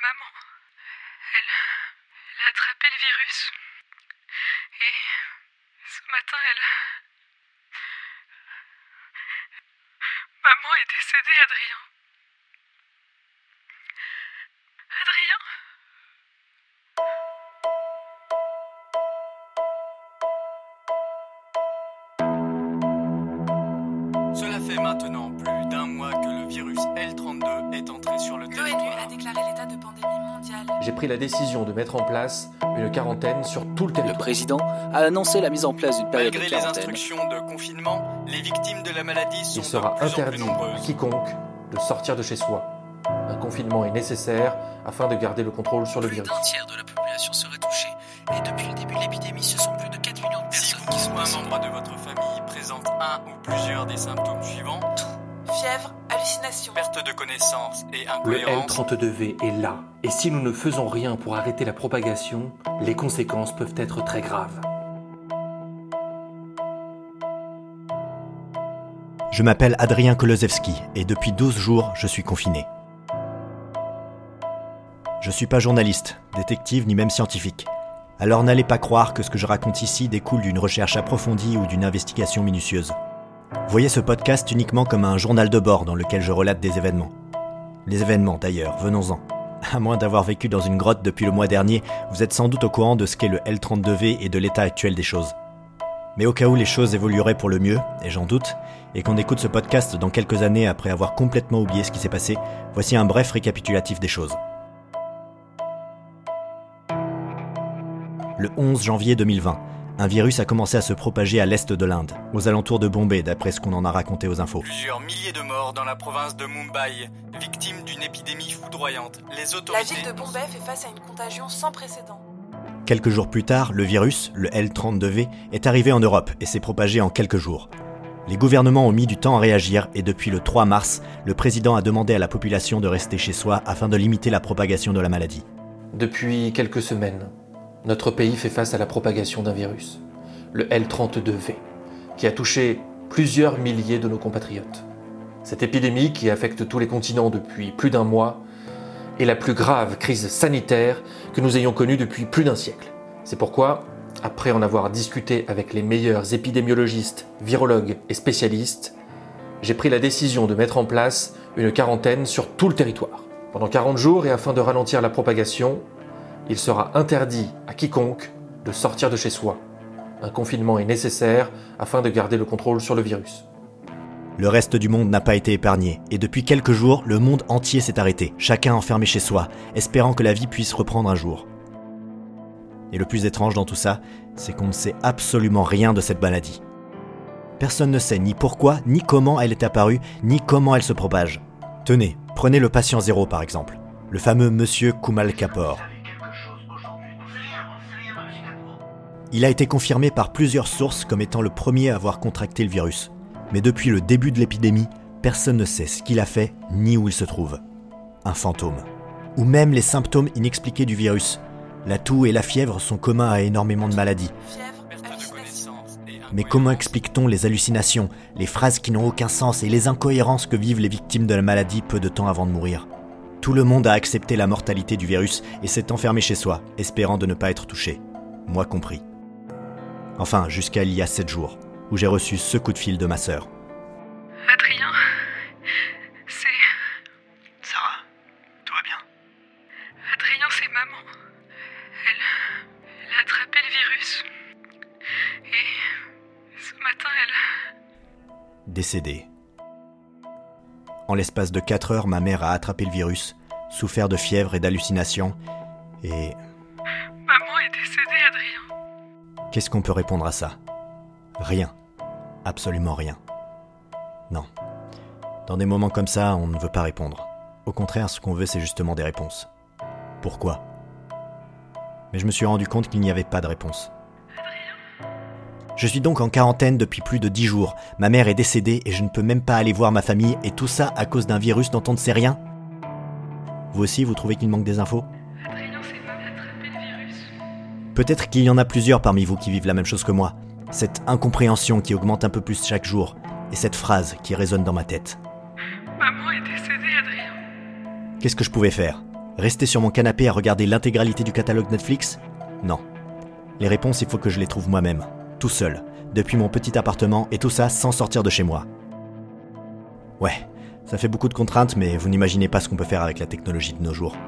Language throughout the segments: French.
maman. Elle a attrapé le virus. Et ce matin, Maman est décédée, Adrien. Adrien ? Cela fait maintenant plus d'un mois que le virus L32 est entré sur le territoire. L'ONU a déclaré l'état de pandémie mondiale. J'ai pris la décision de mettre en place une quarantaine sur tout le territoire. Le président a annoncé la mise en place d'une période Malgré de les quarantaine. instructions de confinement, les victimes de la maladie sont Il sera de plus en plus interdit à nombreuses. quiconque de sortir de chez soi. Un confinement est nécessaire afin de garder le contrôle sur le Plus virus. d'un tiers de la population serait touchée. Et depuis le début de l'épidémie, ce sont plus de 4 millions de Si personnes qui sont vous ou un décédées. membre de votre famille présente un ou plusieurs des symptômes suivants, Fièvre, hallucination. perte de connaissance et Le incohérence, L32V est là, et si nous ne faisons rien pour arrêter la propagation, les conséquences peuvent être très graves. Je m'appelle Adrien Kolosevski et depuis 12 jours, je suis confiné. Je suis pas journaliste, détective ni même scientifique. Alors n'allez pas croire que ce que je raconte ici découle d'une recherche approfondie ou d'une investigation minutieuse. Voyez ce podcast uniquement comme un journal de bord dans lequel je relate des événements. Les événements d'ailleurs, venons-en. À moins d'avoir vécu dans une grotte depuis le mois dernier, vous êtes sans doute au courant de ce qu'est le L32V et de l'état actuel des choses. Mais au cas où les choses évolueraient pour le mieux, et j'en doute, et qu'on écoute ce podcast dans quelques années après avoir complètement oublié ce qui s'est passé, voici un bref récapitulatif des choses. Le 11 janvier 2020, un virus a commencé à se propager à l'est de l'Inde, aux alentours de Bombay, d'après ce qu'on en a raconté aux infos. plusieurs milliers de morts dans la province de Mumbai, victimes d'une épidémie foudroyante. Les La autorités... ville de Bombay fait face à une contagion sans précédent. Quelques jours plus tard, le virus, le L32V, est arrivé en Europe et s'est propagé en quelques jours. Les gouvernements ont mis du temps à réagir et depuis le 3 mars, le président a demandé à la population de rester chez soi afin de limiter la propagation de la maladie. Depuis quelques semaines, notre pays fait face à la propagation d'un virus, le L32V, qui a touché plusieurs milliers de nos compatriotes. Cette épidémie, qui affecte tous les continents depuis plus d'un mois, est la plus grave crise sanitaire que nous ayons connue depuis plus d'un siècle. C'est pourquoi, après en avoir discuté avec les meilleurs épidémiologistes, virologues et spécialistes, j'ai pris la décision de mettre en place une quarantaine sur tout le territoire. Pendant 40 jours et afin de ralentir la propagation, il sera interdit à quiconque de sortir de chez soi. Un confinement est nécessaire afin de garder le contrôle sur le virus. Le reste du monde n'a pas été épargné, et depuis quelques jours, le monde entier s'est arrêté, chacun enfermé chez soi, espérant que la vie puisse reprendre un jour. Et le plus étrange dans tout ça, c'est qu'on ne sait absolument rien de cette maladie. Personne ne sait ni pourquoi, ni comment elle est apparue, ni comment elle se propage. Tenez, prenez le patient 0 par exemple, le fameux monsieur Kumal Kapoor. Il a été confirmé par plusieurs sources comme étant le premier à avoir contracté le virus. Mais depuis le début de l'épidémie, personne ne sait ce qu'il a fait ni où il se trouve. Un fantôme. Ou même les symptômes inexpliqués du virus. La toux et la fièvre sont communs à énormément de maladies. Fièvre, Perte de hallucination. connaissance et Mais incohérence. comment explique-t-on les hallucinations, les phrases qui n'ont aucun sens et les incohérences que vivent les victimes de la maladie peu de temps avant de mourir ? Tout le monde a accepté la mortalité du virus et s'est enfermé chez soi, espérant de ne pas être touché. Moi compris. Enfin, jusqu'à il y a 7 jours, où j'ai reçu ce coup de fil de ma sœur. Adrien, c'est... Sarah, tout va bien? Adrien, c'est maman. Elle a attrapé le virus. Et ce matin, Décédée. En l'espace de 4 heures, ma mère a attrapé le virus, souffert de fièvre et d'hallucinations, et... Maman est décédée, Adrien. Qu'est-ce qu'on peut répondre à ça ? Rien. Absolument rien. Non. Dans des moments comme ça, on ne veut pas répondre. Au contraire, ce qu'on veut, c'est justement des réponses. Pourquoi ? Mais je me suis rendu compte qu'il n'y avait pas de réponse. Je suis donc en quarantaine depuis plus de 10 jours. Ma mère est décédée et je ne peux même pas aller voir ma famille, et tout ça à cause d'un virus dont on ne sait rien ? Vous aussi, vous trouvez qu'il manque des infos ? Adrien, c'est maman qui a attrapé le virus. Peut-être qu'il y en a plusieurs parmi vous qui vivent la même chose que moi. Cette incompréhension qui augmente un peu plus chaque jour, et cette phrase qui résonne dans ma tête. Maman est décédée, Adrien. Qu'est-ce que je pouvais faire ? Rester sur mon canapé à regarder l'intégralité du catalogue Netflix ? Non. Les réponses, il faut que je les trouve moi-même, tout seul, depuis mon petit appartement et tout ça sans sortir de chez moi. Ouais, ça fait beaucoup de contraintes, mais vous n'imaginez pas ce qu'on peut faire avec la technologie de nos jours.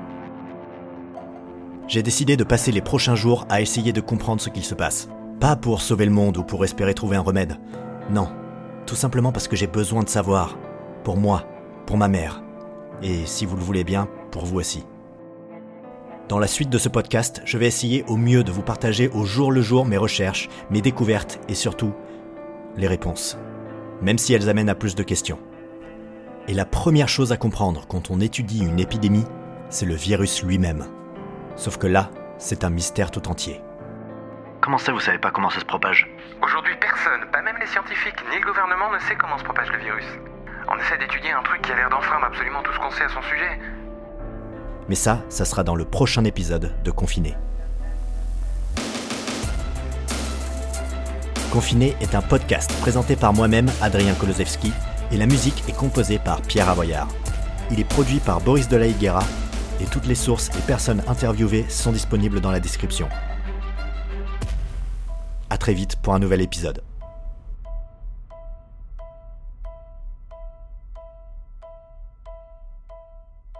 J'ai décidé de passer les prochains jours à essayer de comprendre ce qu'il se passe. Pas pour sauver le monde ou pour espérer trouver un remède. Non, tout simplement parce que j'ai besoin de savoir. Pour moi, pour ma mère. Et si vous le voulez bien, pour vous aussi. Dans la suite de ce podcast, je vais essayer au mieux de vous partager au jour le jour mes recherches, mes découvertes et surtout, les réponses. Même si elles amènent à plus de questions. Et la première chose à comprendre quand on étudie une épidémie, c'est le virus lui-même. Sauf que là, c'est un mystère tout entier. Comment ça, vous savez pas comment ça se propage ? Aujourd'hui, personne, pas même les scientifiques, ni le gouvernement ne sait comment se propage le virus. On essaie d'étudier un truc qui a l'air d'enfreindre absolument tout ce qu'on sait à son sujet. Mais ça sera dans le prochain épisode de Confiné. Confiné est un podcast présenté par moi-même, Adrien Kolosevski, et la musique est composée par Pierre Avoyard. Il est produit par Boris de la Higuera, et toutes les sources et personnes interviewées sont disponibles dans la description. À très vite pour un nouvel épisode.